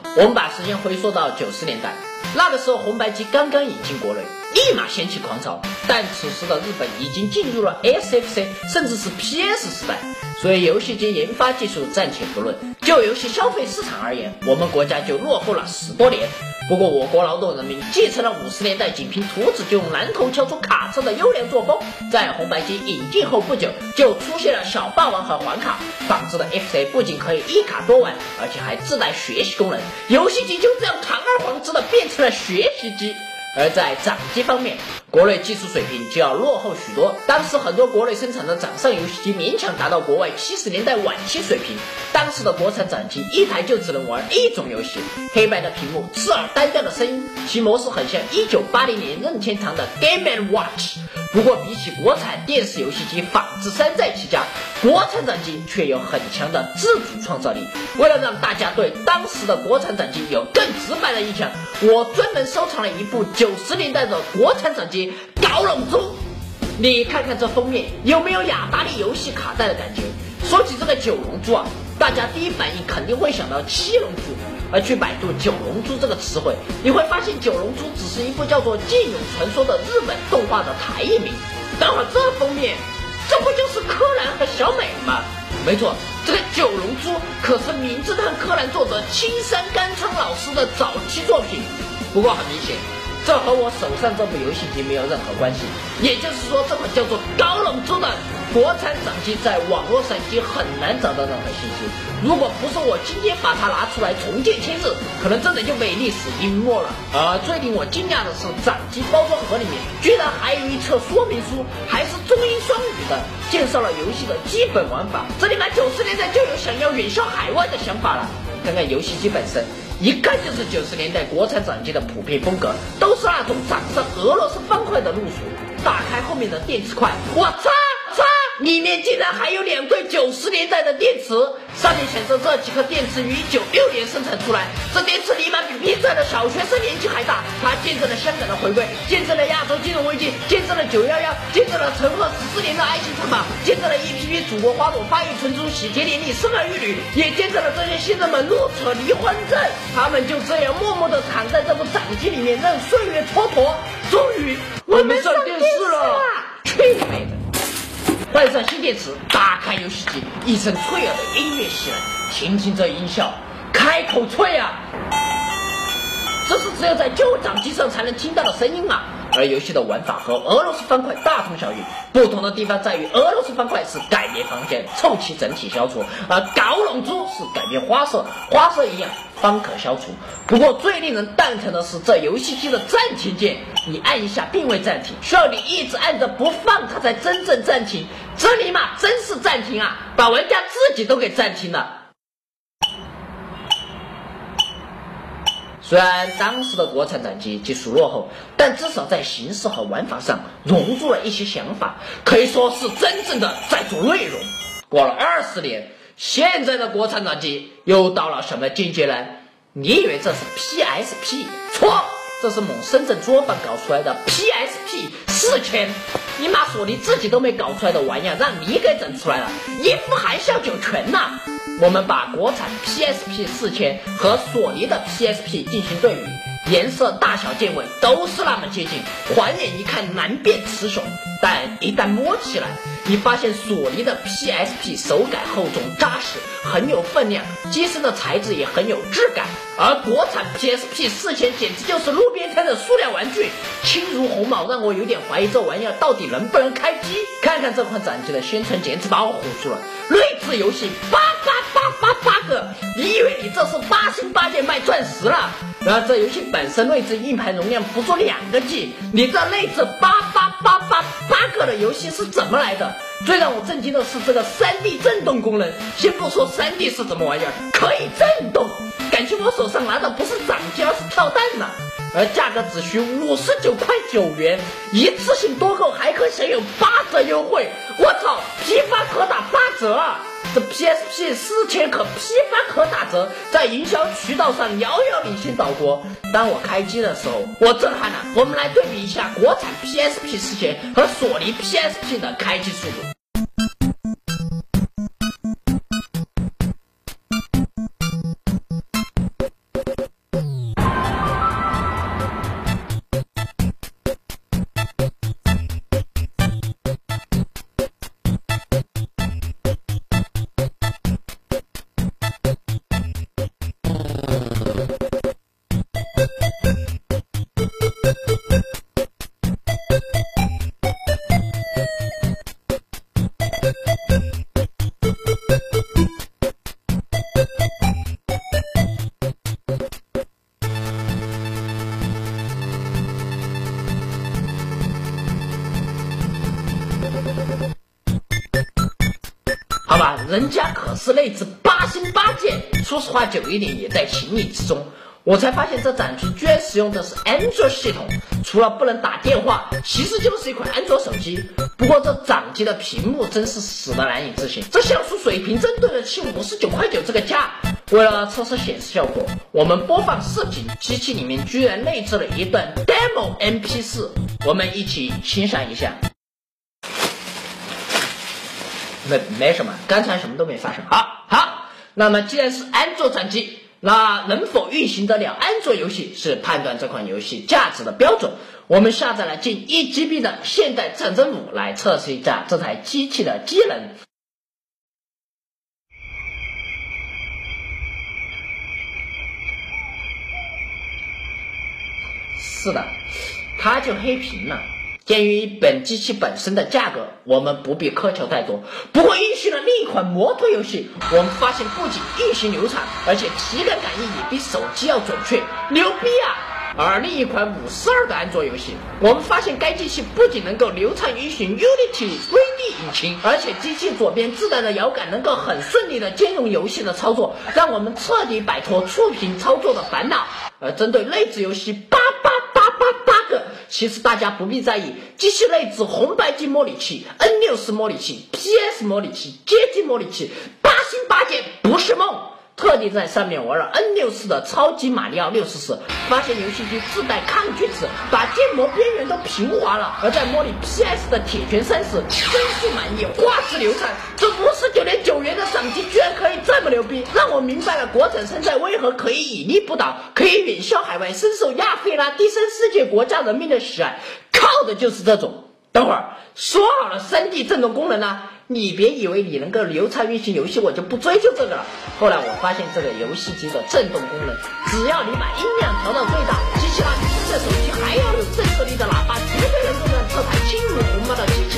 我们把时间回溯到90年代，那个时候红白机刚刚引进国内，立马掀起狂潮。但此时的日本已经进入了 SFC 甚至是 PS 时代，所以游戏机研发技术暂且不论，就游戏消费市场而言，我们国家就落后了10多年。不过我国劳动人民继承了50年代仅凭图纸就用榔头敲出卡车的优良作风，在红白机引进后不久，就出现了小霸王和环卡。仿制的 FC 不仅可以一卡多玩，而且还自带学习功能，游戏机就这样堂而皇之的变成了学习机。而在掌机方面，国内技术水平就要落后许多。当时很多国内生产的掌上游戏机勉强达到国外70年代晚期水平。当时的国产掌机一台就只能玩一种游戏，黑白的屏幕，刺耳单调的声音，其模式很像1980年任天堂的 Game & Watch。不过比起国产电视游戏机仿制山寨起家，国产掌机却有很强的自主创造力。为了让大家对当时的国产掌机有更直白的印象，我专门收藏了一部90年代的国产掌机搞龙珠。你看看这封面，有没有雅达利游戏卡带的感觉？说起这个九龙珠啊，大家第一反应肯定会想到7龙珠，而去百度九龙珠这个词汇，你会发现九龙珠只是一部叫做《剑勇传说》的日本动画的台译名。等会儿这封面，这不就是柯南和小美吗？没错，这个九龙珠可是名侦探柯南作者青山刚昌老师的早期作品。不过很明显，这和我手上这部游戏机没有任何关系。也就是说，这款叫做高龙珠的国产掌机在网络上已经很难找到任何信息。如果不是我今天把它拿出来重见千日，可能真的就被历史淹没了。而最令我惊讶的是，掌机包装盒里面居然还有一册说明书，还是中英双语的，介绍了游戏的基本玩法。这里面90年代就有想要远销海外的想法了。看看游戏机本身，一看就是90年代国产掌机的普遍风格，都是那种长上俄罗斯方块的路数。打开后面的电池块，我操！里面竟然还有2对90年代的电池，上面显示这几颗电池于1996年生产出来。这电池立马比 B 站的小学生年纪还大，它见证了香港的回归，见证了亚洲金融危机，见证了911，见证了陈赫14年的爱情长跑，见证了一批批祖国花朵发育成熟，喜结连理，生儿育女，也见证了这些新人们怒扯离婚证。他们就这样默默地躺在这部掌机里面，任岁月蹉跎。终于，我们上电视了！去美的！换上新电池，打开游戏机，一声脆耳的音乐响，听听这音效，开口脆啊！这是只有在旧掌机上才能听到的声音啊！而游戏的玩法和俄罗斯方块大同小异，不同的地方在于俄罗斯方块是改变房间，凑齐整体消除，而搞龙珠是改变花色，花色一样方可消除。不过最令人蛋疼的是这游戏机的暂停键，你按一下并未暂停，需要你一直按着不放它才真正暂停。这尼玛真是暂停啊，把玩家自己都给暂停了。虽然当时的国产掌机技术落后，但至少在形式和玩法上融入了一些想法，可以说是真正的在做内容。过了20年，现在的国产掌机又到了什么境界呢？你以为这是 PSP？ 错，这是某深圳作坊搞出来的 PSP 4000。你妈索尼自己都没搞出来的玩意儿，让你给整出来了，一副含笑九泉呐！我们把国产 PSP 4000和索尼的 PSP 进行对比，颜色、大小、键位都是那么接近，环眼一看难辨雌雄。但一旦摸起来，你发现索尼的 PSP 手感厚重扎实，很有分量，机身的材质也很有质感，而国产 PSP 4000简直就是路边摊的塑料玩具，轻如鸿毛，让我有点怀疑这玩意儿到底能不能开机。看看这款掌机的宣传，简直把我唬住了，内置游戏8个，你以为你这是8星8件卖钻石了？然后这游戏本身内置硬盘容量不足2个 G， 你这内置8个的游戏是怎么来的？最让我震惊的是这个 3D 震动功能。先不说 3D 是什么玩意儿，可以震动，感情我手上拿的不是掌机而是跳蛋呢。而价格只需59.9元，一次性多购还可享有8折优惠。我操，批发可打8折啊！这 PSP 4000可批发可打折，在营销渠道上遥遥领先岛国。当我开机的时候，我震撼了。我们来对比一下国产 PSP 4000和索尼 PSP 的开机速度。 好吧，人家可是内置8星8键，说实话久一点也在情理之中。我才发现这展区居然使用的是安卓系统，除了不能打电话，其实就是一款安卓手机。不过这掌机的屏幕真是死得难以置信，这像素水平针对得起59.9块这个价。为了测试显示效果，我们播放视频，机器里面居然内置了一段 demo MP4， 我们一起欣赏一下。没什么，刚才什么都没发生。好，那么既然是安卓掌机，那能否运行得了安卓游戏是判断这款游戏价值的标准。我们下载了近1GB 的现代战争5来测试一下这台机器的机能。是的，它就黑屏了。鉴于本机器本身的价格，我们不必苛求太多。不过运行了另一款摩托游戏，我们发现不仅运行流畅，而且体感感应也比手机要准确，牛逼啊！而另一款542的安卓游戏，我们发现该机器不仅能够流畅运行 Unity 3D 引擎，而且机器左边自带的摇杆能够很顺利的兼容游戏的操作，让我们彻底摆脱触屏操作的烦恼。而针对内置游戏8888个，其实大家不必在意，机器内置红白机模拟器、N64 模拟器、PS 模拟器、街机模拟器，8星8键不是梦。特地在上面玩了 N64 的超级马里奥64，发现游戏机自带抗锯齿，把建模边缘都平滑了。而在模拟 PS 的铁拳30，帧数满意，画质流畅，这59.9元的掌机居然可以这么牛逼，让我明白了国产山寨为何可以屹立不倒，可以远销海外，深受亚非拉第三世界国家人民的喜爱，靠的就是这种。等会儿说好了 3D 震动功能呢？你别以为你能够流畅运行游戏，我就不追究这个了。后来我发现这个游戏机的震动功能，只要你把音量调到最大，机器呢比这手机还要有震慑力的喇叭，绝对能够让这台轻如鸿毛的机器